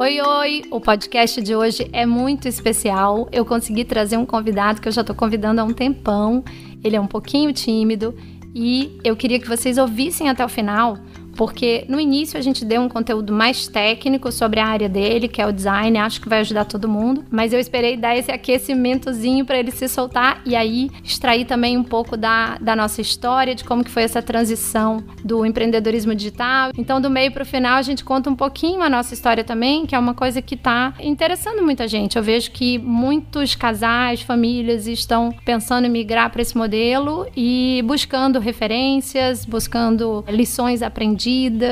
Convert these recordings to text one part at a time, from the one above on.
Oi, oi! O podcast de hoje é muito especial. Eu consegui trazer um convidado que eu já estou convidando há um tempão. Ele é um pouquinho tímido e eu queria que vocês ouvissem até o final, porque no início a gente deu um conteúdo mais técnico sobre a área dele, que é o design, acho que vai ajudar todo mundo, mas eu esperei dar esse aquecimentozinho para ele se soltar e aí extrair também um pouco da nossa história, de como que foi essa transição do empreendedorismo digital. Então, do meio para o final, a gente conta um pouquinho a nossa história também, que é uma coisa que está interessando muita gente. Eu vejo que muitos casais, famílias estão pensando em migrar para esse modelo e buscando referências, buscando lições aprendidas,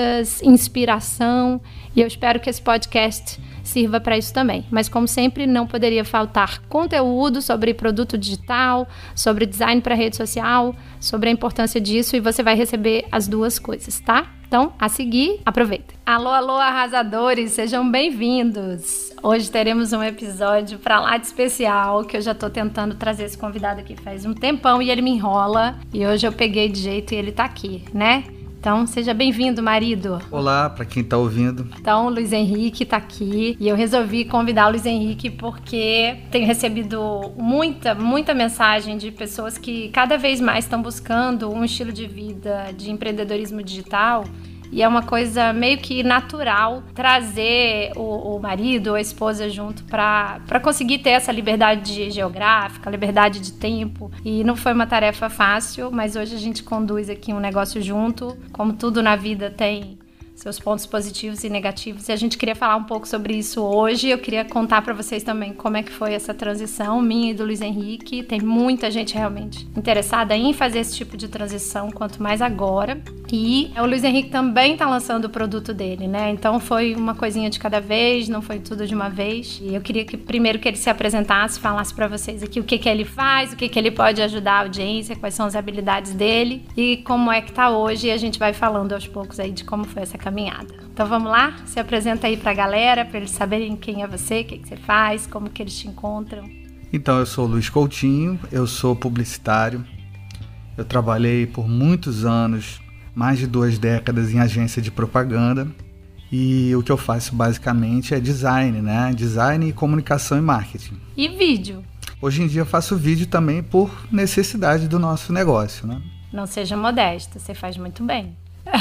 inspiração, e eu espero que esse podcast sirva para isso também. Mas como sempre, não poderia faltar conteúdo sobre produto digital, sobre design para rede social, sobre a importância disso, e você vai receber as duas coisas, tá? Então, a seguir, aproveita. Alô, alô, arrasadores, sejam bem-vindos! Hoje teremos um episódio pra lá de especial, que eu já tô tentando trazer esse convidado aqui faz um tempão e ele me enrola, e hoje eu peguei de jeito e ele tá aqui, né? Então, seja bem-vindo, marido. Olá, para quem tá ouvindo. Então, o Luiz Henrique tá aqui e eu resolvi convidar o Luiz Henrique porque tenho recebido muita mensagem de pessoas que cada vez mais estão buscando um estilo de vida de empreendedorismo digital. E é uma coisa meio que natural trazer o marido ou a esposa junto para conseguir ter essa liberdade geográfica, liberdade de tempo. E não foi uma tarefa fácil, mas hoje a gente conduz aqui um negócio junto. Como tudo na vida tem seus pontos positivos e negativos, e a gente queria falar um pouco sobre isso hoje. Eu queria contar para vocês também como é que foi essa transição minha e do Luiz Henrique. Tem muita gente realmente interessada em fazer esse tipo de transição, quanto mais agora. E o Luiz Henrique também tá lançando o produto dele, né? Então foi uma coisinha de cada vez, não foi tudo de uma vez. E eu queria que primeiro que ele se apresentasse, falasse para vocês aqui o que ele faz, o que ele pode ajudar a audiência, quais são as habilidades dele e como é que tá hoje. E a gente vai falando aos poucos aí de como foi essa caminhada. Então vamos lá? Se apresenta aí pra galera, pra eles saberem quem é você, o que você faz, como que eles te encontram. Então, eu sou o Luiz Coutinho, eu sou publicitário. Eu trabalhei por muitos anos, mais de 2 décadas, em agência de propaganda. E o que eu faço basicamente é design, né? Design, comunicação e marketing. E vídeo? Hoje em dia eu faço vídeo também por necessidade do nosso negócio, né? Não seja modesta, você faz muito bem.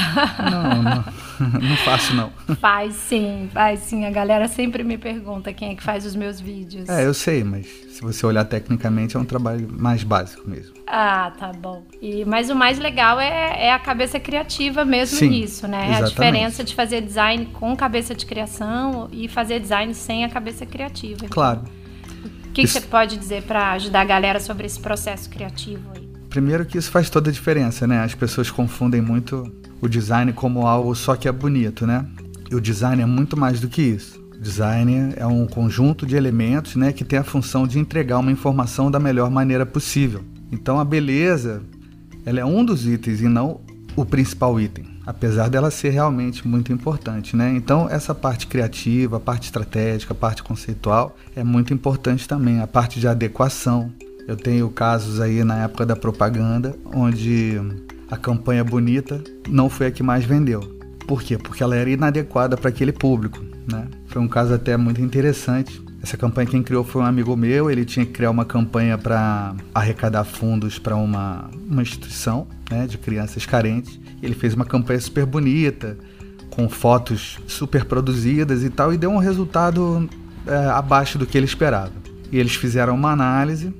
Não faço não. Faz sim. A galera sempre me pergunta quem é que faz os meus vídeos. Eu sei, mas se você olhar tecnicamente é um trabalho mais básico mesmo. Ah, tá bom. Mas o mais legal é a cabeça criativa mesmo. Sim, nisso, né? Exatamente. A diferença de fazer design com cabeça de criação e fazer design sem a cabeça criativa. Claro. O que você pode dizer para ajudar a galera sobre esse processo criativo aí? Primeiro que isso faz toda a diferença, né? As pessoas confundem muito o design como algo só que é bonito, né? E o design é muito mais do que isso. O design é um conjunto de elementos, né, que tem a função de entregar uma informação da melhor maneira possível. Então a beleza, ela é um dos itens e não o principal item, apesar dela ser realmente muito importante, né? Então essa parte criativa, a parte estratégica, a parte conceitual é muito importante também, a parte de adequação. Eu tenho casos aí na época da propaganda, onde a campanha bonita não foi a que mais vendeu. Por quê? Porque ela era inadequada para aquele público, né? Foi um caso até muito interessante. Essa campanha quem criou foi um amigo meu, ele tinha que criar uma campanha para arrecadar fundos para uma instituição, né, de crianças carentes. Ele fez uma campanha super bonita, com fotos super produzidas e tal, e deu um resultado abaixo do que ele esperava. E eles fizeram uma análise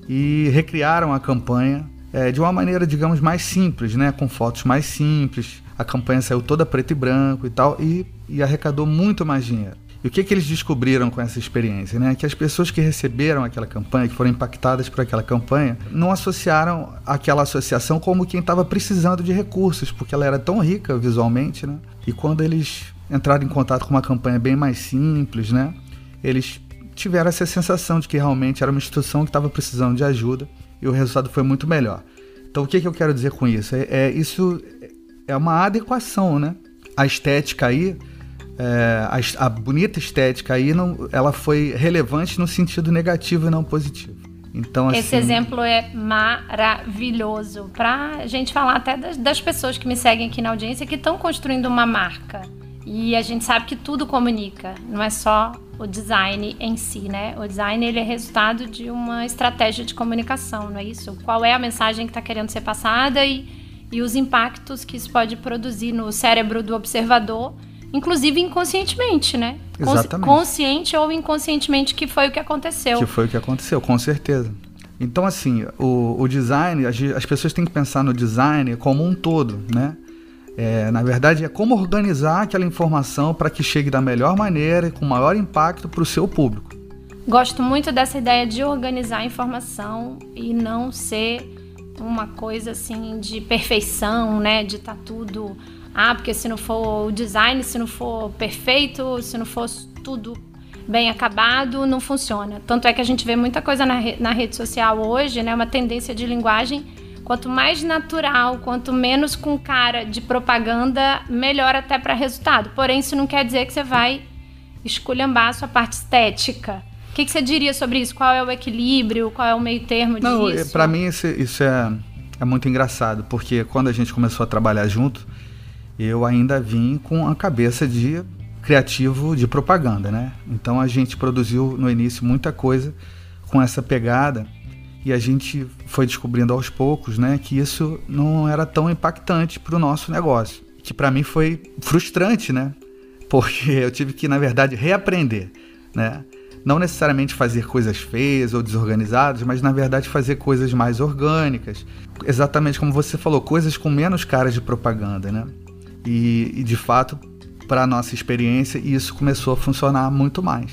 e recriaram a campanha de uma maneira, digamos, mais simples, né? Com fotos mais simples. A campanha saiu toda preto e branco e tal, e arrecadou muito mais dinheiro. E o que eles descobriram com essa experiência, né? Que as pessoas que receberam aquela campanha, que foram impactadas por aquela campanha, não associaram aquela associação como quem estava precisando de recursos, porque ela era tão rica visualmente, né? E quando eles entraram em contato com uma campanha bem mais simples, né? Eles tiveram essa sensação de que realmente era uma instituição que estava precisando de ajuda e o resultado foi muito melhor. Então o que eu quero dizer com isso? Isso é uma adequação, né? A estética aí, a bonita estética aí, ela foi relevante no sentido negativo e não positivo. Então, assim, esse exemplo é maravilhoso pra gente falar até das pessoas que me seguem aqui na audiência que estão construindo uma marca. E a gente sabe que tudo comunica, não é só o design em si, né? O design, ele é resultado de uma estratégia de comunicação, não é isso? Qual é a mensagem que está querendo ser passada e os impactos que isso pode produzir no cérebro do observador, inclusive inconscientemente, né? Exatamente. Consciente ou inconscientemente, que foi o que aconteceu. Que foi o que aconteceu, com certeza. Então, assim, o design, as pessoas têm que pensar no design como um todo, né? Na verdade, é como organizar aquela informação para que chegue da melhor maneira e com maior impacto para o seu público. Gosto muito dessa ideia de organizar a informação e não ser uma coisa assim de perfeição, né? De estar tudo... porque se não for o design, se não for perfeito, se não for tudo bem acabado, não funciona. Tanto é que a gente vê muita coisa na rede social hoje, né? Uma tendência de linguagem, quanto mais natural, quanto menos com cara de propaganda, melhor até para resultado. Porém, isso não quer dizer que você vai esculhambar a sua parte estética. O que você diria sobre isso? Qual é o equilíbrio? Qual é o meio termo disso? Não, para mim isso é muito engraçado, porque quando a gente começou a trabalhar junto, eu ainda vim com a cabeça de criativo de propaganda, né? Então a gente produziu no início muita coisa com essa pegada e a gente foi descobrindo aos poucos, né, que isso não era tão impactante para o nosso negócio, que para mim foi frustrante, né? Porque eu tive que, na verdade, reaprender, né? Não necessariamente fazer coisas feias ou desorganizadas, mas na verdade fazer coisas mais orgânicas, exatamente como você falou, coisas com menos caras de propaganda, né? E de fato, para a nossa experiência, isso começou a funcionar muito mais.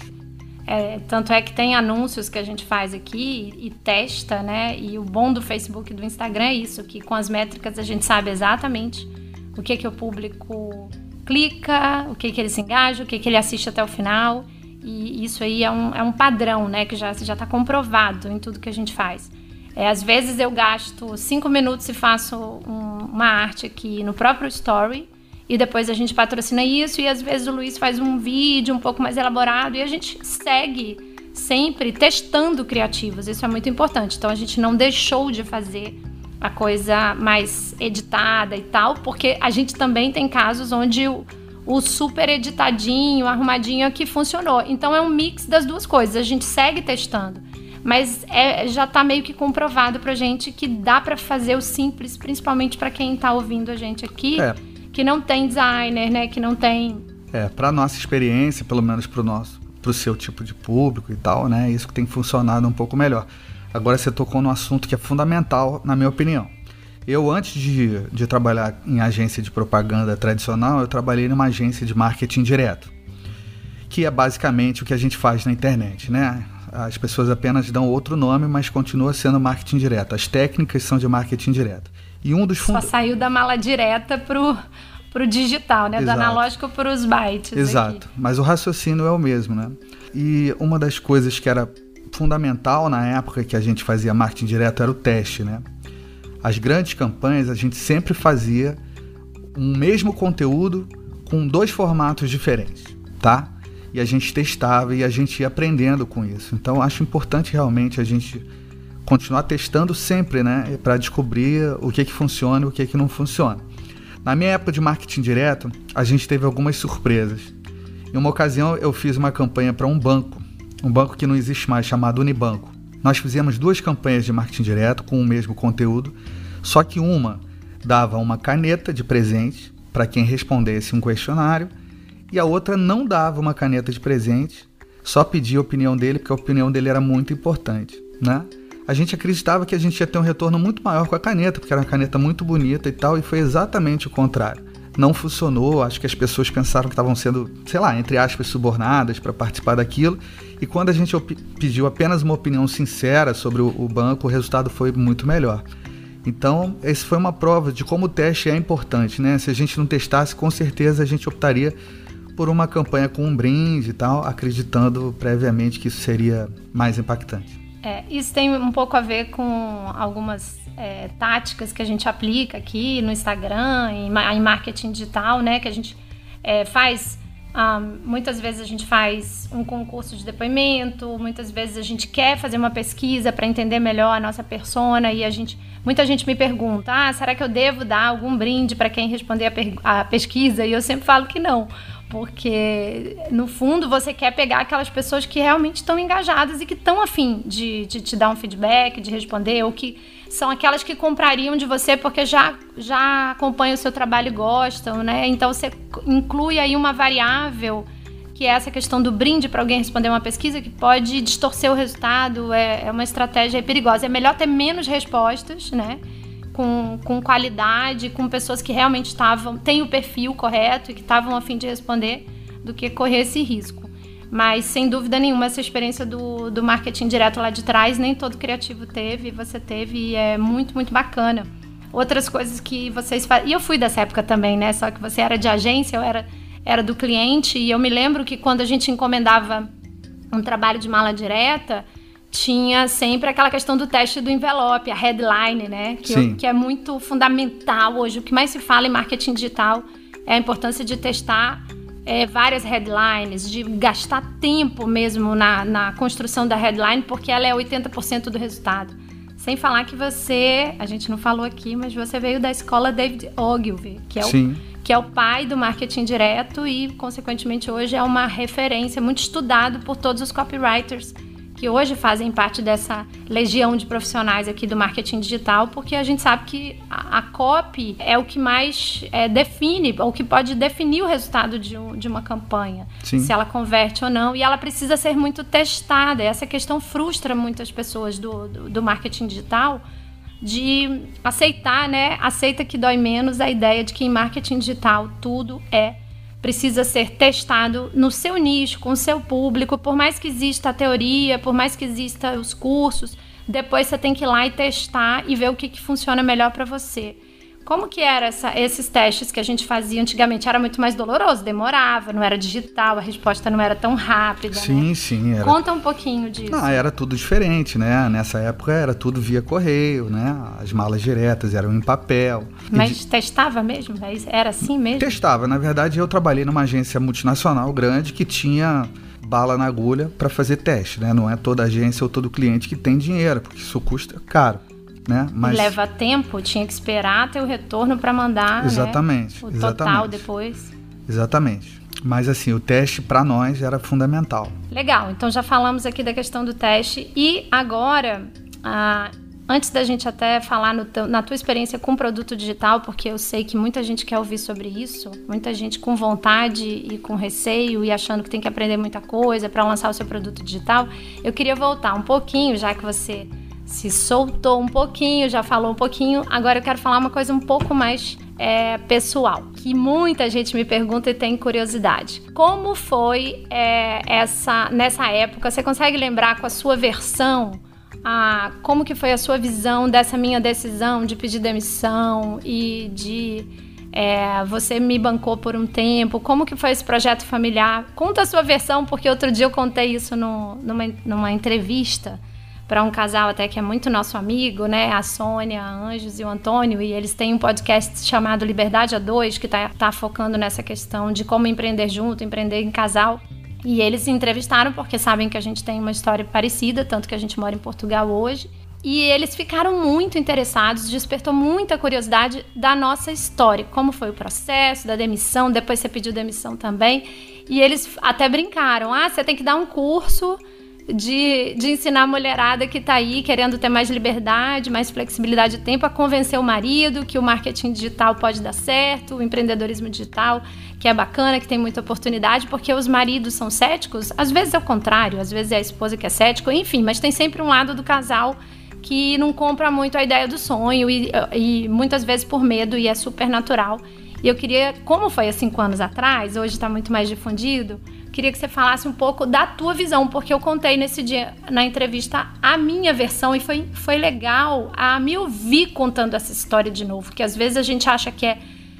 Tanto é que tem anúncios que a gente faz aqui e testa, né? E o bom do Facebook e do Instagram é isso, que com as métricas a gente sabe exatamente o que o público clica, o que ele se engaja, o que ele assiste até o final. E isso aí é um padrão, né? Que já está comprovado em tudo que a gente faz. Às vezes eu gasto 5 minutos e faço uma arte aqui no próprio Story, e depois a gente patrocina isso, e às vezes o Luiz faz um vídeo um pouco mais elaborado, e a gente segue sempre testando criativos. Isso é muito importante. Então a gente não deixou de fazer a coisa mais editada e tal, porque a gente também tem casos onde o super editadinho, arrumadinho aqui funcionou. Então é um mix das duas coisas. A gente segue testando, mas já está meio que comprovado pra gente que dá para fazer o simples, principalmente para quem está ouvindo a gente aqui, que não tem designer, né? Que não tem... Para nossa experiência, pelo menos pro seu tipo de público e tal, né? Isso que tem funcionado um pouco melhor. Agora você tocou num assunto que é fundamental, na minha opinião. Eu, antes de trabalhar em agência de propaganda tradicional, eu trabalhei numa agência de marketing direto, que é basicamente o que a gente faz na internet, né? As pessoas apenas dão outro nome, mas continua sendo marketing direto. As técnicas são de marketing direto. E um dos Só saiu da mala direta pro digital, né? Exato. Do analógico para os bytes. Exato. Aqui. Mas o raciocínio é o mesmo, né? E uma das coisas que era fundamental na época que a gente fazia marketing direto era o teste, né? As grandes campanhas a gente sempre fazia um mesmo conteúdo com 2 formatos diferentes, tá? E a gente testava e a gente ia aprendendo com isso. Então acho importante realmente a gente continuar testando sempre, né? Para descobrir o que funciona e o que não funciona. Na minha época de marketing direto, a gente teve algumas surpresas. Em uma ocasião eu fiz uma campanha para um banco que não existe mais, chamado Unibanco. Nós fizemos 2 campanhas de marketing direto com o mesmo conteúdo, só que uma dava uma caneta de presente para quem respondesse um questionário e a outra não dava uma caneta de presente, só pedia a opinião dele, porque a opinião dele era muito importante, né? A gente acreditava que a gente ia ter um retorno muito maior com a caneta, porque era uma caneta muito bonita e tal, e foi exatamente o contrário. Não funcionou, acho que as pessoas pensaram que estavam sendo, sei lá, entre aspas, subornadas para participar daquilo, e quando a gente pediu apenas uma opinião sincera sobre o banco, o resultado foi muito melhor. Então, essa foi uma prova de como o teste é importante, né? Se a gente não testasse, com certeza a gente optaria por uma campanha com um brinde e tal, acreditando previamente que isso seria mais impactante. Isso tem um pouco a ver com algumas táticas que a gente aplica aqui no Instagram, em marketing digital, né? Que a gente faz Muitas vezes a gente faz um concurso de depoimento, muitas vezes a gente quer fazer uma pesquisa para entender melhor a nossa persona e muita gente me pergunta, será que eu devo dar algum brinde para quem responder a pesquisa? E eu sempre falo que não, porque no fundo você quer pegar aquelas pessoas que realmente estão engajadas e que estão a fim de te dar um feedback, de responder, ou que são aquelas que comprariam de você porque já acompanham o seu trabalho e gostam, né? Então você inclui aí uma variável, que é essa questão do brinde para alguém responder uma pesquisa, que pode distorcer o resultado, é uma estratégia perigosa. É melhor ter menos respostas, né? Com qualidade, com pessoas que realmente têm o perfil correto e que estavam a fim de responder, do que correr esse risco. Mas, sem dúvida nenhuma, essa experiência do marketing direto lá de trás, nem todo criativo teve, você teve, e é muito, muito bacana. Outras coisas que vocês fazem... E eu fui dessa época também, né? Só que você era de agência, eu era do cliente, e eu me lembro que quando a gente encomendava um trabalho de mala direta, tinha sempre aquela questão do teste do envelope, a headline, né? Que é muito fundamental hoje. O que mais se fala em marketing digital é a importância de testar várias headlines, de gastar tempo mesmo na construção da headline, porque ela é 80% do resultado. Sem falar que a gente não falou aqui, mas você veio da escola David Ogilvy, que é o pai do marketing direto e, consequentemente, hoje é uma referência, muito estudado por todos os copywriters que hoje fazem parte dessa legião de profissionais aqui do marketing digital, porque a gente sabe que a copy é o que mais define, ou que pode definir o resultado de uma campanha, se ela converte ou não, e ela precisa ser muito testada. Essa questão frustra muitas pessoas do marketing digital, de aceitar, né? Aceita que dói menos a ideia de que em marketing digital tudo precisa ser testado no seu nicho, com o seu público. Por mais que exista a teoria, por mais que exista os cursos, depois você tem que ir lá e testar e ver o que funciona melhor para você. Como que eram esses testes que a gente fazia antigamente? Era muito mais doloroso, demorava, não era digital, a resposta não era tão rápida, né? Sim. Conta um pouquinho disso. Não, era tudo diferente, né? Nessa época era tudo via correio, né? As malas diretas eram em papel. Mas testava mesmo? Era assim mesmo? Testava. Na verdade, eu trabalhei numa agência multinacional grande que tinha bala na agulha para fazer teste, né? Não é toda agência ou todo cliente que tem dinheiro, porque isso custa caro. Né? Mas... leva tempo, tinha que esperar ter o retorno para mandar, exatamente, né? Total depois. Exatamente. Mas assim, o teste para nós era fundamental. Legal, então já falamos aqui da questão do teste e agora, antes da gente até falar na tua experiência com produto digital, porque eu sei que muita gente quer ouvir sobre isso, muita gente com vontade e com receio e achando que tem que aprender muita coisa para lançar o seu produto digital, eu queria voltar um pouquinho, já que você se soltou um pouquinho, já falou um pouquinho. Agora eu quero falar uma coisa um pouco mais pessoal, que muita gente me pergunta e tem curiosidade. Como foi nessa época? Você consegue lembrar com a sua versão como que foi a sua visão dessa minha decisão de pedir demissão e de... você me bancou por um tempo? Como que foi esse projeto familiar? Conta a sua versão, porque outro dia eu contei isso numa entrevista para um casal até que é muito nosso amigo, né? A Sônia, a Anjos e o Antônio, e eles têm um podcast chamado Liberdade a Dois, que tá focando nessa questão de como empreender junto, empreender em casal. E eles se entrevistaram porque sabem que a gente tem uma história parecida, tanto que a gente mora em Portugal hoje. E eles ficaram muito interessados, despertou muita curiosidade da nossa história. Como foi o processo da demissão, depois você pediu demissão também. E eles até brincaram, você tem que dar um curso de ensinar a mulherada que está aí querendo ter mais liberdade, mais flexibilidade de tempo, a convencer o marido que o marketing digital pode dar certo, o empreendedorismo digital, que é bacana, que tem muita oportunidade, porque os maridos são céticos, às vezes é o contrário, às vezes é a esposa que é cética, enfim, mas tem sempre um lado do casal que não compra muito a ideia do sonho e muitas vezes por medo, e é super natural. E eu queria, como foi há 5 anos atrás, hoje está muito mais difundido, queria que você falasse um pouco da tua visão, porque eu contei nesse dia, na entrevista, a minha versão, e foi legal me ouvir contando essa história de novo, que às vezes a gente acha que é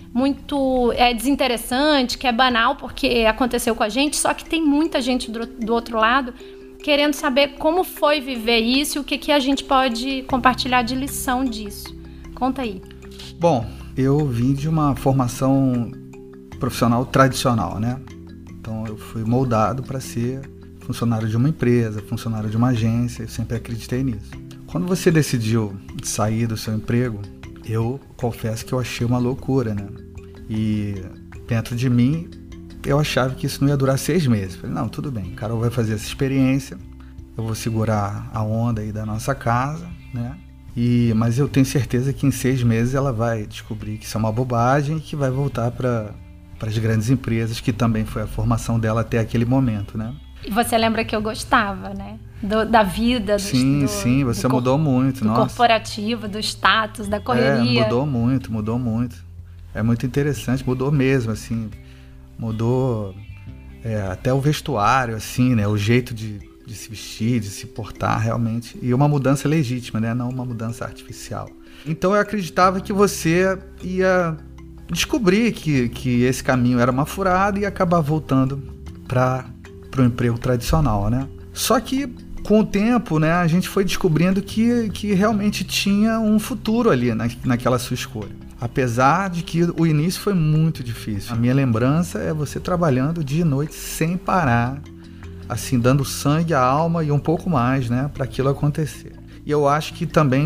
muito desinteressante, que é banal, porque aconteceu com a gente, só que tem muita gente do outro lado querendo saber como foi viver isso e o que a gente pode compartilhar de lição disso. Conta aí. Bom, eu vim de uma formação profissional tradicional, né? Então eu fui moldado para ser funcionário de uma empresa, funcionário de uma agência, eu sempre acreditei nisso. Quando você decidiu sair do seu emprego, eu confesso que eu achei uma loucura, né? E dentro de mim, eu achava que isso não ia durar 6 meses. Falei, não, tudo bem, Carol vai fazer essa experiência, eu vou segurar a onda aí da nossa casa, né? Mas eu tenho certeza que em 6 meses ela vai descobrir que isso é uma bobagem e que vai voltar para as grandes empresas, que também foi a formação dela até aquele momento, né? E você lembra que eu gostava, né? Da vida, sim, você mudou muito, do corporativo, do status, da correria. Mudou muito. É muito interessante, mudou mesmo, assim. Mudou até o vestuário, assim, né? O jeito de se vestir, de se portar, realmente. E uma mudança legítima, né? Não uma mudança artificial. Então eu acreditava que você ia descobrir que esse caminho era uma furada e ia acabar voltando para o emprego tradicional, né? Só que com o tempo, né, a gente foi descobrindo que realmente tinha um futuro ali naquela sua escolha. Apesar de que o início foi muito difícil. A minha lembrança é você trabalhando dia e noite sem parar, assim, dando sangue, a alma e um pouco mais, né, para aquilo acontecer. E eu acho que também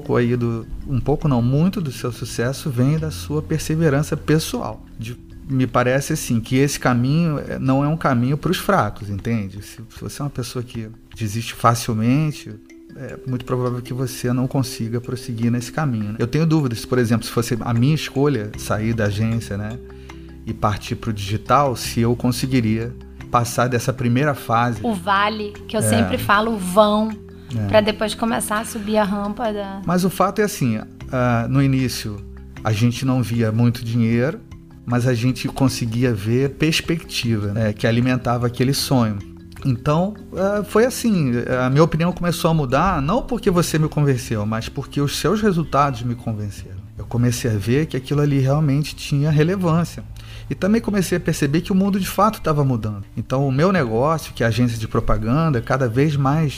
muito do seu sucesso vem da sua perseverança pessoal. Me parece assim, que esse caminho não é um caminho para os fracos, entende? Se você é uma pessoa que desiste facilmente, é muito provável que você não consiga prosseguir nesse caminho, né? Eu tenho dúvidas, por exemplo, se fosse a minha escolha sair da agência, né, e partir para o digital, se eu conseguiria passar dessa primeira fase. O vale, que eu sempre falo, o vão, para depois começar a subir a rampa da... Mas o fato é assim, no início a gente não via muito dinheiro, mas a gente conseguia ver perspectiva, né, que alimentava aquele sonho. Então, foi assim, a minha opinião começou a mudar, não porque você me convenceu, mas porque os seus resultados me convenceram. Eu comecei a ver que aquilo ali realmente tinha relevância. E também comecei a perceber que o mundo de fato estava mudando. Então, o meu negócio, que é a agência de propaganda, cada vez mais,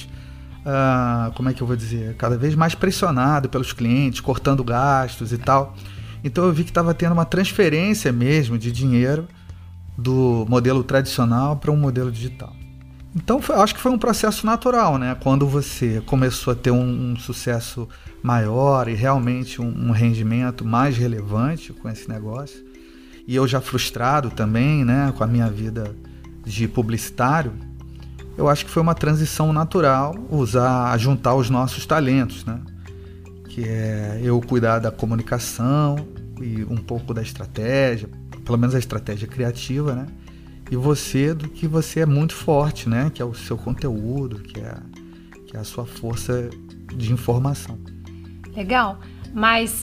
cada vez mais pressionado pelos clientes, cortando gastos e tal. Então eu vi que estava tendo uma transferência mesmo de dinheiro do modelo tradicional para um modelo digital. Então acho que foi um processo natural, né? Quando você começou a ter um sucesso maior e realmente um rendimento mais relevante com esse negócio, e eu já frustrado também, né, com a minha vida de publicitário, eu acho que foi uma transição natural juntar os nossos talentos, né? Que é eu cuidar da comunicação e um pouco da estratégia, pelo menos a estratégia criativa, né? E você, do que você é muito forte, né? Que é o seu conteúdo, que é a sua força de informação. Legal. Mas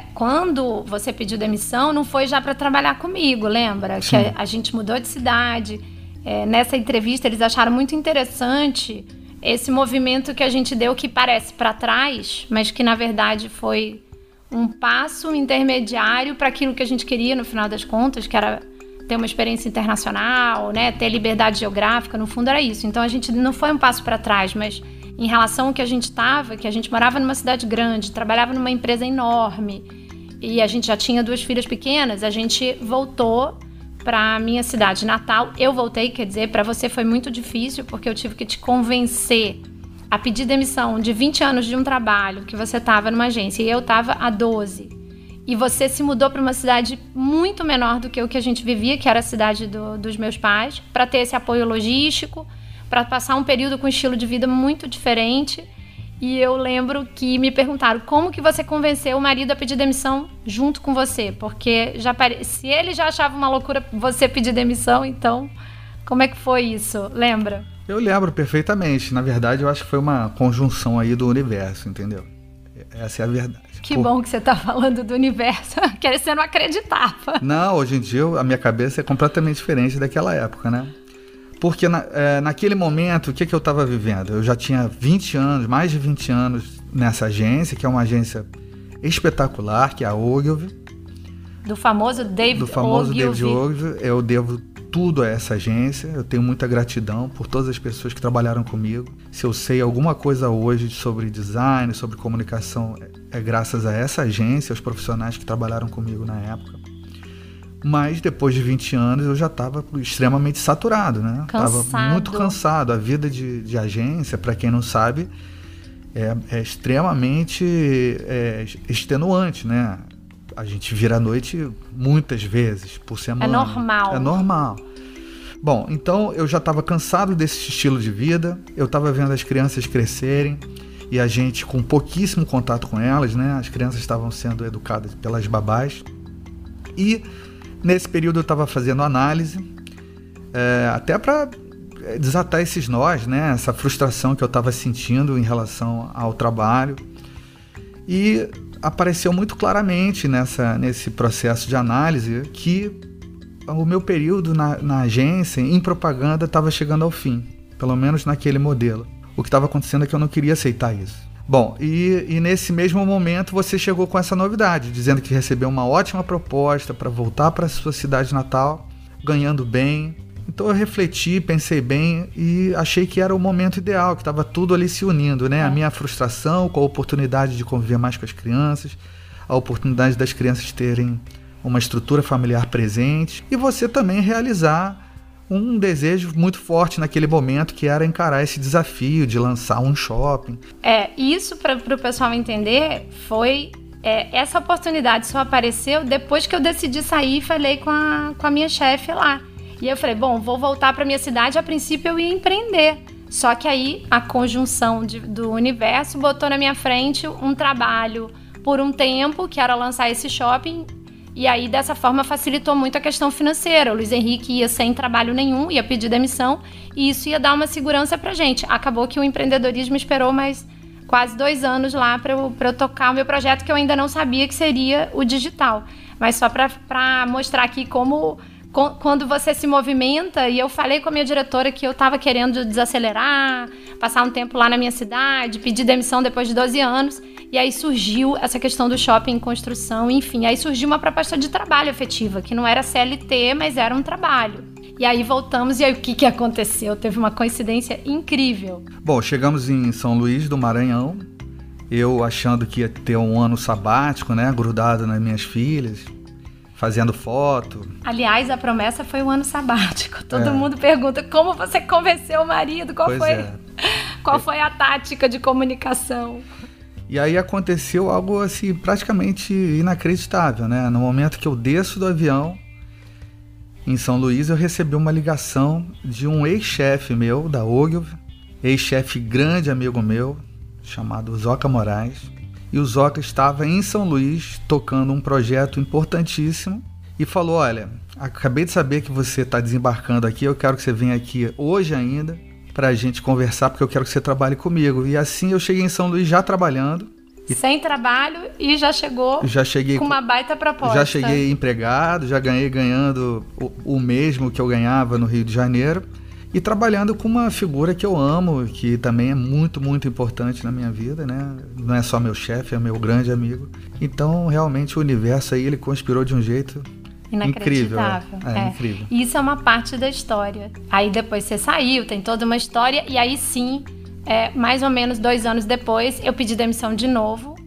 quando você pediu demissão, não foi já para trabalhar comigo, lembra? Sim. Que a gente mudou de cidade. Nessa entrevista, eles acharam muito interessante esse movimento que a gente deu, que parece para trás, mas que na verdade foi um passo intermediário para aquilo que a gente queria no final das contas, que era ter uma experiência internacional, né, ter liberdade geográfica. No fundo era isso. Então a gente não foi um passo para trás, mas em relação ao que a gente estava, que a gente morava numa cidade grande, trabalhava numa empresa enorme e a gente já tinha 2 filhas pequenas, a gente voltou para a minha cidade natal. Eu voltei, quer dizer, para você foi muito difícil, porque eu tive que te convencer a pedir demissão de 20 anos de um trabalho que você estava numa agência e eu estava há 12. E você se mudou para uma cidade muito menor do que o que a gente vivia, que era a cidade dos meus pais, para ter esse apoio logístico, para passar um período com um estilo de vida muito diferente. E eu lembro que me perguntaram como que você convenceu o marido a pedir demissão junto com você, porque se ele já achava uma loucura você pedir demissão, então como é que foi isso? Lembra? Eu lembro perfeitamente. Na verdade, eu acho que foi uma conjunção aí do universo, entendeu? Essa é a verdade. Que bom que você está falando do universo, que você não acreditava. Não, hoje em dia a minha cabeça é completamente diferente daquela época, né? Porque naquele momento, o que eu estava vivendo? Eu já tinha 20 anos, mais de 20 anos nessa agência, que é uma agência espetacular, que é a Ogilvy. Do famoso David Ogilvy. Eu devo tudo a essa agência, eu tenho muita gratidão por todas as pessoas que trabalharam comigo. Se eu sei alguma coisa hoje sobre design, sobre comunicação, é graças a essa agência, aos profissionais que trabalharam comigo na época. Mas depois de 20 anos eu já estava extremamente saturado, né? Estava muito cansado. A vida de agência, para quem não sabe, é extremamente extenuante, né? A gente vira à noite muitas vezes por semana. É normal. É normal. Bom, então eu já estava cansado desse estilo de vida, eu estava vendo as crianças crescerem e a gente com pouquíssimo contato com elas, né? As crianças estavam sendo educadas pelas babás. E nesse período eu estava fazendo análise, até para desatar esses nós, né? Essa frustração que eu estava sentindo em relação ao trabalho. E apareceu muito claramente nesse processo de análise que o meu período na agência, em propaganda, estava chegando ao fim, pelo menos naquele modelo. O que estava acontecendo é que eu não queria aceitar isso. Bom, e nesse mesmo momento você chegou com essa novidade, dizendo que recebeu uma ótima proposta para voltar para a sua cidade natal, ganhando bem. Então eu refleti, pensei bem e achei que era o momento ideal, que estava tudo ali se unindo, né? A minha frustração com a oportunidade de conviver mais com as crianças, a oportunidade das crianças terem uma estrutura familiar presente e você também realizar um desejo muito forte naquele momento, que era encarar esse desafio de lançar um shopping. Isso para o pessoal entender foi... essa oportunidade só apareceu depois que eu decidi sair e falei com a minha chefe lá. E aí eu falei, bom, vou voltar para minha cidade, a princípio eu ia empreender. Só que aí a conjunção do universo botou na minha frente um trabalho por um tempo, que era lançar esse shopping. E aí, dessa forma, facilitou muito a questão financeira. O Luiz Henrique ia sem trabalho nenhum, ia pedir demissão, e isso ia dar uma segurança pra gente. Acabou que o empreendedorismo esperou mais quase 2 anos lá para eu tocar o meu projeto, que eu ainda não sabia que seria o digital. Mas só para mostrar aqui como... Quando você se movimenta, e eu falei com a minha diretora que eu estava querendo desacelerar, passar um tempo lá na minha cidade, pedir demissão depois de 12 anos, e aí surgiu essa questão do shopping em construção, enfim, aí surgiu uma proposta de trabalho efetiva, que não era CLT, mas era um trabalho. E aí voltamos, e aí o que aconteceu? Teve uma coincidência incrível. Bom, chegamos em São Luís do Maranhão, eu achando que ia ter um ano sabático, né, grudado nas minhas filhas, fazendo foto. Aliás, a promessa foi um ano sabático. Todo mundo pergunta como você convenceu o marido, qual foi a tática de comunicação. E aí aconteceu algo assim praticamente inacreditável, né? No momento que eu desço do avião em São Luís, eu recebi uma ligação de um ex-chefe meu da Ogilvy, ex-chefe grande amigo meu, chamado Zoca Moraes. E o Zoca estava em São Luís tocando um projeto importantíssimo e falou, olha, acabei de saber que você está desembarcando aqui, eu quero que você venha aqui hoje ainda para a gente conversar, porque eu quero que você trabalhe comigo. E assim eu cheguei em São Luís já trabalhando. Sem trabalho e já cheguei com uma baita proposta. Já cheguei empregado, já ganhando o mesmo que eu ganhava no Rio de Janeiro. E trabalhando com uma figura que eu amo, que também é muito, muito importante na minha vida, né? Não é só meu chefe, é meu grande amigo. Então, realmente, o universo aí, ele conspirou de um jeito incrível. Incrível. E isso é uma parte da história. Aí depois você saiu, tem toda uma história, e aí sim, mais ou menos 2 anos depois, eu pedi demissão de novo,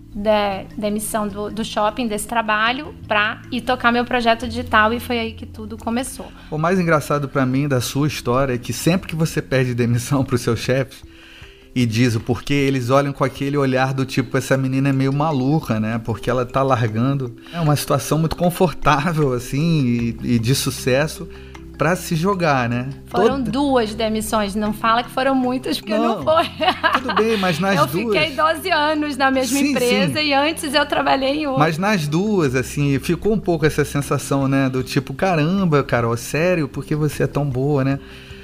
demissão do shopping, desse trabalho, para ir tocar meu projeto digital, e foi aí que tudo começou. O mais engraçado para mim da sua história é que sempre que você pede demissão para os seus chefes e diz o porquê, eles olham com aquele olhar do tipo, essa menina é meio maluca, né? Porque ela tá largando uma situação muito confortável, assim, e de sucesso, pra se jogar, né? Foram 2 demissões, não fala que foram muitas, porque não foi. Tudo bem, mas nas duas... Eu fiquei 12 anos na mesma empresa, e antes eu trabalhei em outra. Mas nas duas, assim, ficou um pouco essa sensação, né? Do tipo, caramba, Carol, sério, por que você é tão boa, né?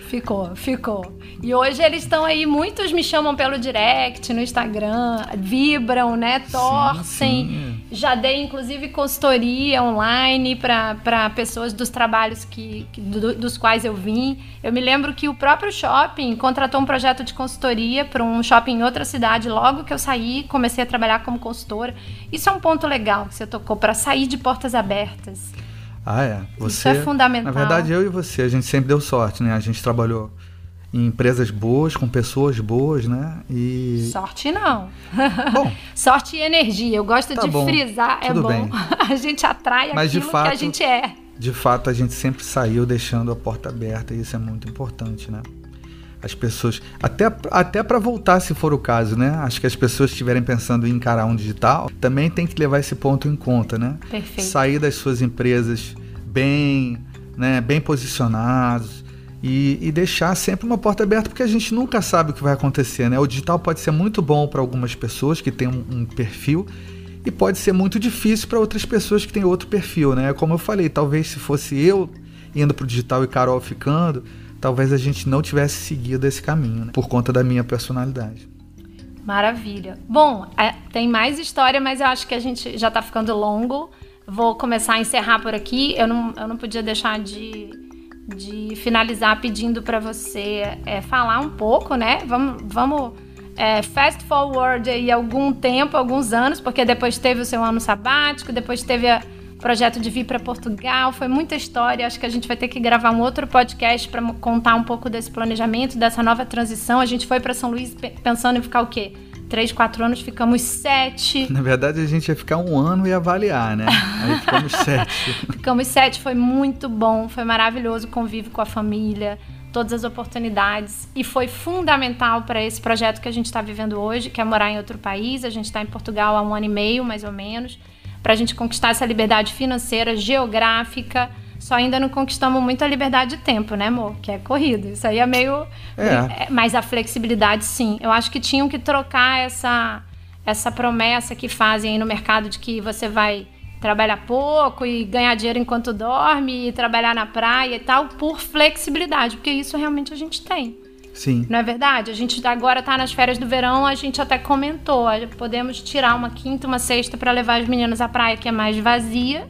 Ficou. E hoje eles estão aí, muitos me chamam pelo direct, no Instagram, vibram, né? Torcem. Sim. Já dei, inclusive, consultoria online para pessoas dos trabalhos dos quais eu vim. Eu me lembro que o próprio shopping contratou um projeto de consultoria para um shopping em outra cidade. Logo que eu saí, comecei a trabalhar como consultora. Isso é um ponto legal que você tocou, para sair de portas abertas. Isso é fundamental. Na verdade, eu e você, a gente sempre deu sorte, né? A gente trabalhou em empresas boas, com pessoas boas, né? Sorte não. Bom, sorte e energia. Eu gosto de frisar, é bom. Bem. A gente atrai aquilo que a gente é. de fato a gente sempre saiu deixando a porta aberta e isso é muito importante, né? As pessoas, até para voltar se for o caso, né? Acho que as pessoas que estiverem pensando em encarar um digital, também tem que levar esse ponto em conta, né? Perfeito. Sair das suas empresas bem posicionados e deixar sempre uma porta aberta, porque a gente nunca sabe o que vai acontecer, né? O digital pode ser muito bom para algumas pessoas que têm um perfil e pode ser muito difícil para outras pessoas que têm outro perfil, né? Como eu falei, talvez se fosse eu indo para o digital e Carol ficando, talvez a gente não tivesse seguido esse caminho, né? Por conta da minha personalidade. Maravilha. Bom, tem mais história, mas eu acho que a gente já está ficando longo. Vou começar a encerrar por aqui. Eu não podia deixar de finalizar pedindo para você falar um pouco, né? Vamos fast forward aí algum tempo, alguns anos, porque depois teve o seu ano sabático, depois teve projeto de vir para Portugal, foi muita história. Acho que a gente vai ter que gravar um outro podcast para contar um pouco desse planejamento, dessa nova transição. A gente foi para São Luís pensando em ficar o quê? 3, 4 anos, ficamos 7. Na verdade, a gente ia ficar 1 ano e avaliar, né? Aí ficamos 7. Ficamos 7, foi muito bom, foi maravilhoso o convívio com a família, todas as oportunidades. E foi fundamental para esse projeto que a gente está vivendo hoje, que é morar em outro país. A gente está em Portugal há 1 ano e meio, mais ou menos, para a gente conquistar essa liberdade financeira, geográfica. Só ainda não conquistamos muito a liberdade de tempo, né, amor? Que é corrido. Isso aí é meio... Mas a flexibilidade, sim. Eu acho que tinham que trocar essa promessa que fazem aí no mercado de que você vai trabalhar pouco e ganhar dinheiro enquanto dorme e trabalhar na praia e tal, por flexibilidade. Porque isso realmente a gente tem. Sim. Não é verdade? A gente agora tá nas férias do verão, a gente até comentou. Podemos tirar uma quinta, uma sexta para levar as meninas à praia, que é mais vazia.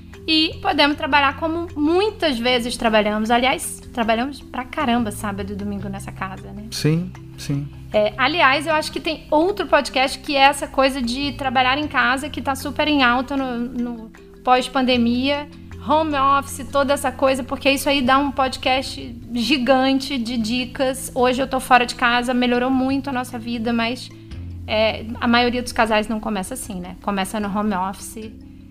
E podemos trabalhar como muitas vezes trabalhamos. Aliás, trabalhamos pra caramba sábado e domingo nessa casa, né? Sim, sim. Aliás, eu acho que tem outro podcast que é essa coisa de trabalhar em casa, que tá super em alta no pós-pandemia. Home office, toda essa coisa, porque isso aí dá um podcast gigante de dicas. Hoje eu tô fora de casa, melhorou muito a nossa vida, mas a maioria dos casais não começa assim, né? Começa no home office.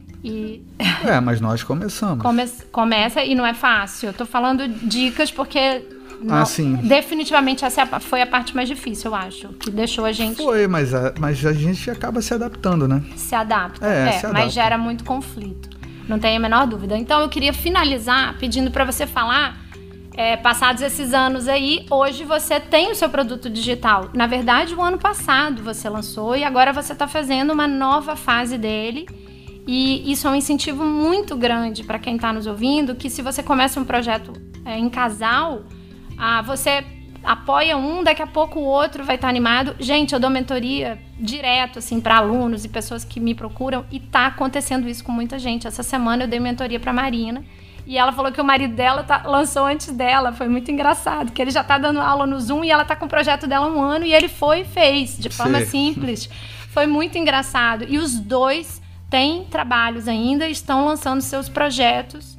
Mas nós começamos. Começa e não é fácil. Eu tô falando dicas porque sim. Definitivamente essa foi a parte mais difícil, eu acho, que deixou a gente... Foi, mas a gente acaba se adaptando, né? Se adapta, se adapta. Mas gera muito conflito, não tenho a menor dúvida. Então eu queria finalizar pedindo para você falar, passados esses anos aí, hoje você tem o seu produto digital. Na verdade, o ano passado você lançou e agora você tá fazendo uma nova fase dele. E isso é um incentivo muito grande para quem está nos ouvindo, que se você começa um projeto em casal, você apoia um, daqui a pouco o outro vai estar animado. Gente, eu dou mentoria direto assim, para alunos e pessoas que me procuram e tá acontecendo isso com muita gente. Essa semana eu dei mentoria para Marina e ela falou que o marido dela lançou antes dela. Foi muito engraçado, que ele já tá dando aula no Zoom e ela tá com o projeto dela há 1 ano e ele foi e fez de forma simples. Foi muito engraçado. E os dois têm trabalhos ainda, estão lançando seus projetos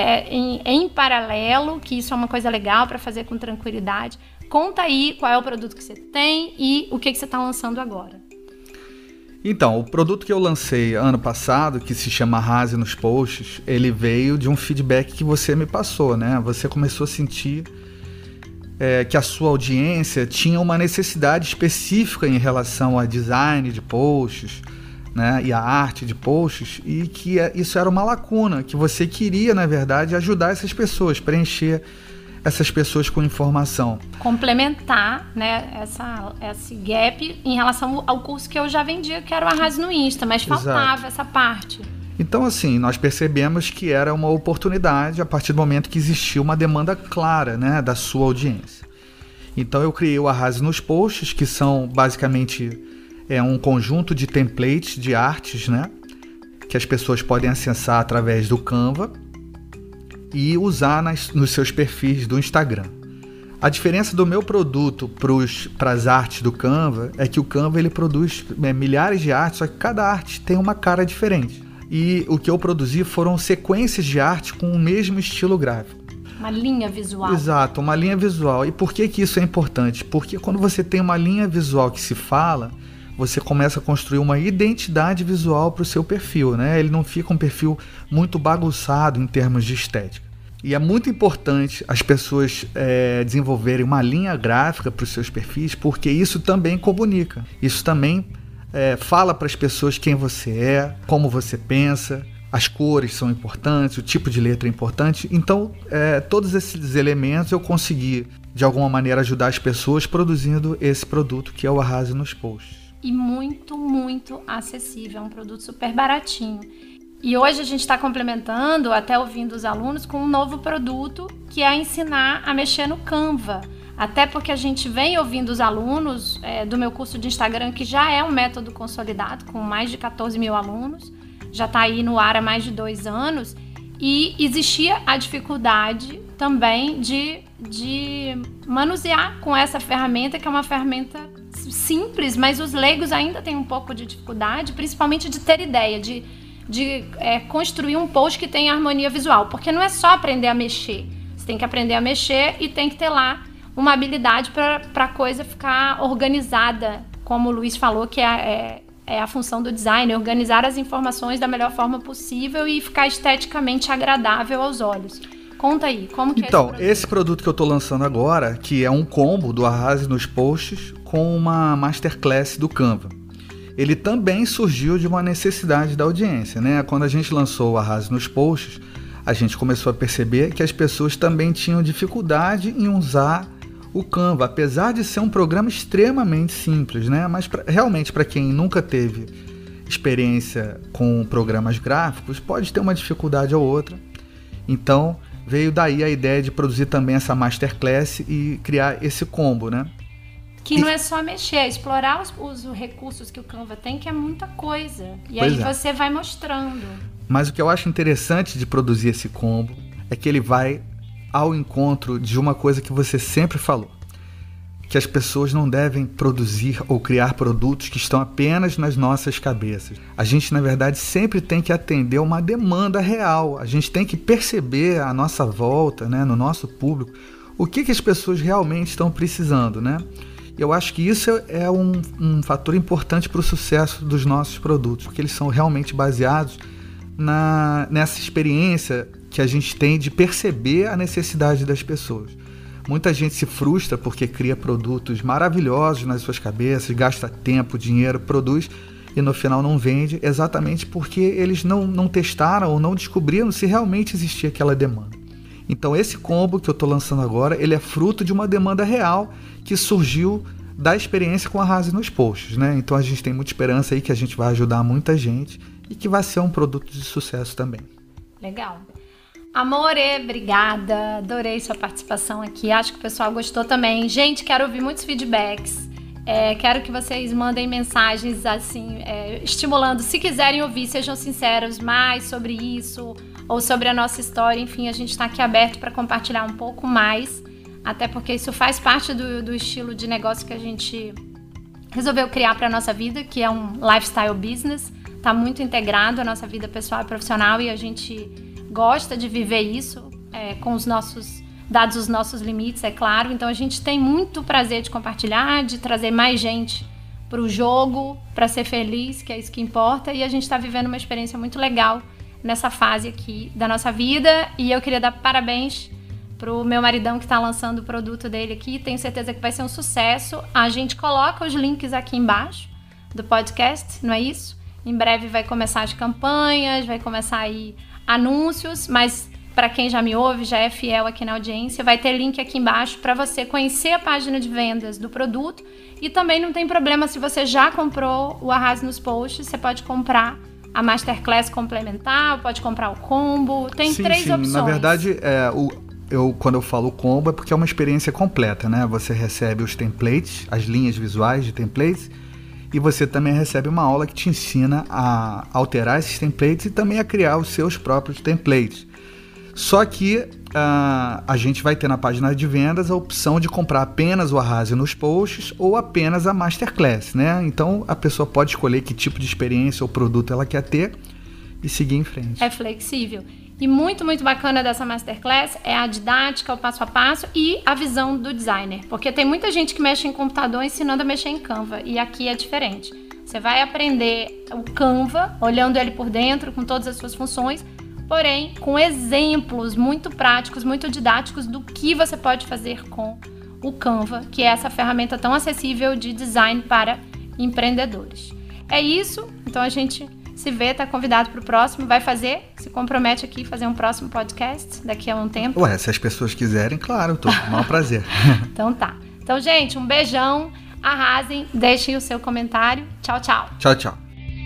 em paralelo, que isso é uma coisa legal para fazer com tranquilidade. Conta aí qual é o produto que você tem e o que você está lançando agora. Então, o produto que eu lancei ano passado, que se chama Arrase nos Posts, ele veio de um feedback que você me passou, né? Você começou a sentir que a sua audiência tinha uma necessidade específica em relação a design de posts, né, e a arte de posts, e que isso era uma lacuna, que você queria, na verdade, ajudar essas pessoas, preencher essas pessoas com informação. Complementar, né, esse gap em relação ao curso que eu já vendia, que era o Arrase no Insta, mas faltava essa parte. Então, assim, nós percebemos que era uma oportunidade a partir do momento que existia uma demanda clara, né, da sua audiência. Então, eu criei o Arrase nos Posts, que são basicamente um conjunto de templates de artes, né, que as pessoas podem acessar através do Canva e usar nos seus perfis do Instagram. A diferença do meu produto para as artes do Canva é que o Canva ele produz milhares de artes, só que cada arte tem uma cara diferente. E o que eu produzi foram sequências de arte com o mesmo estilo gráfico. Uma linha visual. Exato, uma linha visual. E por que isso é importante? Porque quando você tem uma linha visual que se fala, você começa a construir uma identidade visual para o seu perfil, né? Ele não fica um perfil muito bagunçado em termos de estética. E é muito importante as pessoas desenvolverem uma linha gráfica para os seus perfis, porque isso também comunica. Isso também fala para as pessoas quem você é, como você pensa, as cores são importantes, o tipo de letra é importante. Então, todos esses elementos eu consegui, de alguma maneira, ajudar as pessoas produzindo esse produto que é o Arrase nos Posts. E muito, muito acessível, é um produto super baratinho. E hoje a gente está complementando, até ouvindo os alunos, com um novo produto que é ensinar a mexer no Canva. Até porque a gente vem ouvindo os alunos do meu curso de Instagram, que já é um método consolidado, com mais de 14 mil alunos, já está aí no ar há mais de 2 anos, e existia a dificuldade também de manusear com essa ferramenta, que é uma ferramenta simples, mas os leigos ainda têm um pouco de dificuldade, principalmente de ter ideia, de construir um post que tenha harmonia visual, porque não é só aprender a mexer, você tem que aprender a mexer e tem que ter lá uma habilidade para a coisa ficar organizada, como o Luiz falou, que é a função do design, organizar as informações da melhor forma possível e ficar esteticamente agradável aos olhos. Conta aí, como que então, esse produto que eu estou lançando agora, que é um combo do Arrase nos Posts com uma Masterclass do Canva. Ele também surgiu de uma necessidade da audiência, né? Quando a gente lançou o Arrase nos Posts, a gente começou a perceber que as pessoas também tinham dificuldade em usar o Canva, apesar de ser um programa extremamente simples, né? Mas realmente, para quem nunca teve experiência com programas gráficos, pode ter uma dificuldade ou outra. Então, veio daí a ideia de produzir também essa Masterclass e criar esse combo, né? Que não é só mexer, é explorar os recursos que o Canva tem, que é muita coisa. E aí você vai mostrando. Mas o que eu acho interessante de produzir esse combo é que ele vai ao encontro de uma coisa que você sempre falou, que as pessoas não devem produzir ou criar produtos que estão apenas nas nossas cabeças. A gente, na verdade, sempre tem que atender uma demanda real. A gente tem que perceber à nossa volta, né, no nosso público, o que as pessoas realmente estão precisando, né? Eu acho que isso é um fator importante para o sucesso dos nossos produtos, porque eles são realmente baseados nessa experiência que a gente tem de perceber a necessidade das pessoas. Muita gente se frustra porque cria produtos maravilhosos nas suas cabeças, gasta tempo, dinheiro, produz e no final não vende, exatamente porque eles não testaram ou não descobriram se realmente existia aquela demanda. Então esse combo que eu estou lançando agora, ele é fruto de uma demanda real que surgiu da experiência com a Arrase nos Posts, né? Então a gente tem muita esperança aí que a gente vai ajudar muita gente e que vai ser um produto de sucesso também. Legal. Amore, obrigada. Adorei sua participação aqui. Acho que o pessoal gostou também. Gente, quero ouvir muitos feedbacks. Quero que vocês mandem mensagens assim, estimulando. Se quiserem ouvir, sejam sinceros mais sobre isso ou sobre a nossa história. Enfim, a gente está aqui aberto para compartilhar um pouco mais. Até porque isso faz parte do estilo de negócio que a gente resolveu criar para a nossa vida, que é um lifestyle business. Está muito integrado à nossa vida pessoal e profissional e a gente gosta de viver isso com os nossos dados os nossos limites, é claro. Então a gente tem muito prazer de compartilhar, de trazer mais gente para o jogo, para ser feliz, que é isso que importa. E a gente está vivendo uma experiência muito legal nessa fase aqui da nossa vida. E eu queria dar parabéns pro meu maridão que está lançando o produto dele aqui. Tenho certeza que vai ser um sucesso. A gente coloca os links aqui embaixo do podcast, não é isso? Em breve vai começar as campanhas, vai começar aí anúncios, mas para quem já me ouve, já é fiel aqui na audiência, vai ter link aqui embaixo para você conhecer a página de vendas do produto. E também não tem problema se você já comprou o Arrase nos Posts, você pode comprar a Masterclass complementar, pode comprar o combo, tem três opções. Na verdade, quando eu falo combo é porque é uma experiência completa, né? Você recebe os templates, as linhas visuais de templates, e você também recebe uma aula que te ensina a alterar esses templates e também a criar os seus próprios templates. Só que a gente vai ter na página de vendas a opção de comprar apenas o Arrase nos Posts ou apenas a Masterclass, né? Então a pessoa pode escolher que tipo de experiência ou produto ela quer ter e seguir em frente. É flexível. E muito, muito bacana dessa Masterclass é a didática, o passo a passo e a visão do designer. Porque tem muita gente que mexe em computador ensinando a mexer em Canva. E aqui é diferente. Você vai aprender o Canva, olhando ele por dentro, com todas as suas funções, porém com exemplos muito práticos, muito didáticos do que você pode fazer com o Canva, que é essa ferramenta tão acessível de design para empreendedores. É isso, então a gente se vê, tá convidado para o próximo, vai fazer, se compromete aqui fazer um próximo podcast daqui a um tempo. Ué, se as pessoas quiserem, claro, tô com o maior prazer. Então tá. Então, gente, um beijão, arrasem, deixem o seu comentário. Tchau, tchau. Tchau, tchau.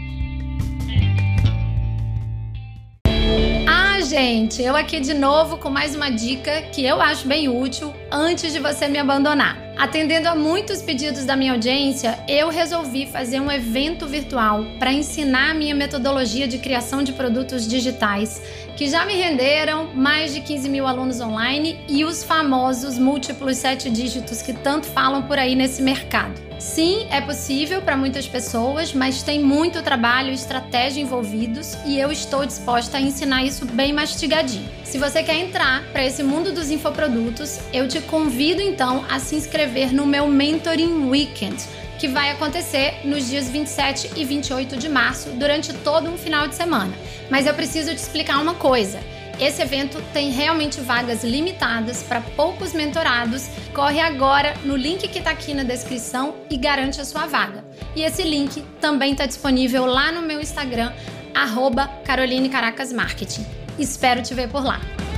Gente, eu aqui de novo com mais uma dica que eu acho bem útil antes de você me abandonar. Atendendo a muitos pedidos da minha audiência, eu resolvi fazer um evento virtual para ensinar a minha metodologia de criação de produtos digitais, que já me renderam mais de 15 mil alunos online e os famosos múltiplos 7 dígitos que tanto falam por aí nesse mercado. Sim, é possível para muitas pessoas, mas tem muito trabalho e estratégia envolvidos e eu estou disposta a ensinar isso bem mastigadinho. Se você quer entrar para esse mundo dos infoprodutos, eu te convido então a se inscrever no meu Mentoring Weekend, que vai acontecer nos dias 27 e 28 de março, durante todo um final de semana. Mas eu preciso te explicar uma coisa. Esse evento tem realmente vagas limitadas para poucos mentorados. Corre agora no link que está aqui na descrição e garante a sua vaga. E esse link também está disponível lá no meu Instagram, @CarolineCaracasMarketing. Espero te ver por lá.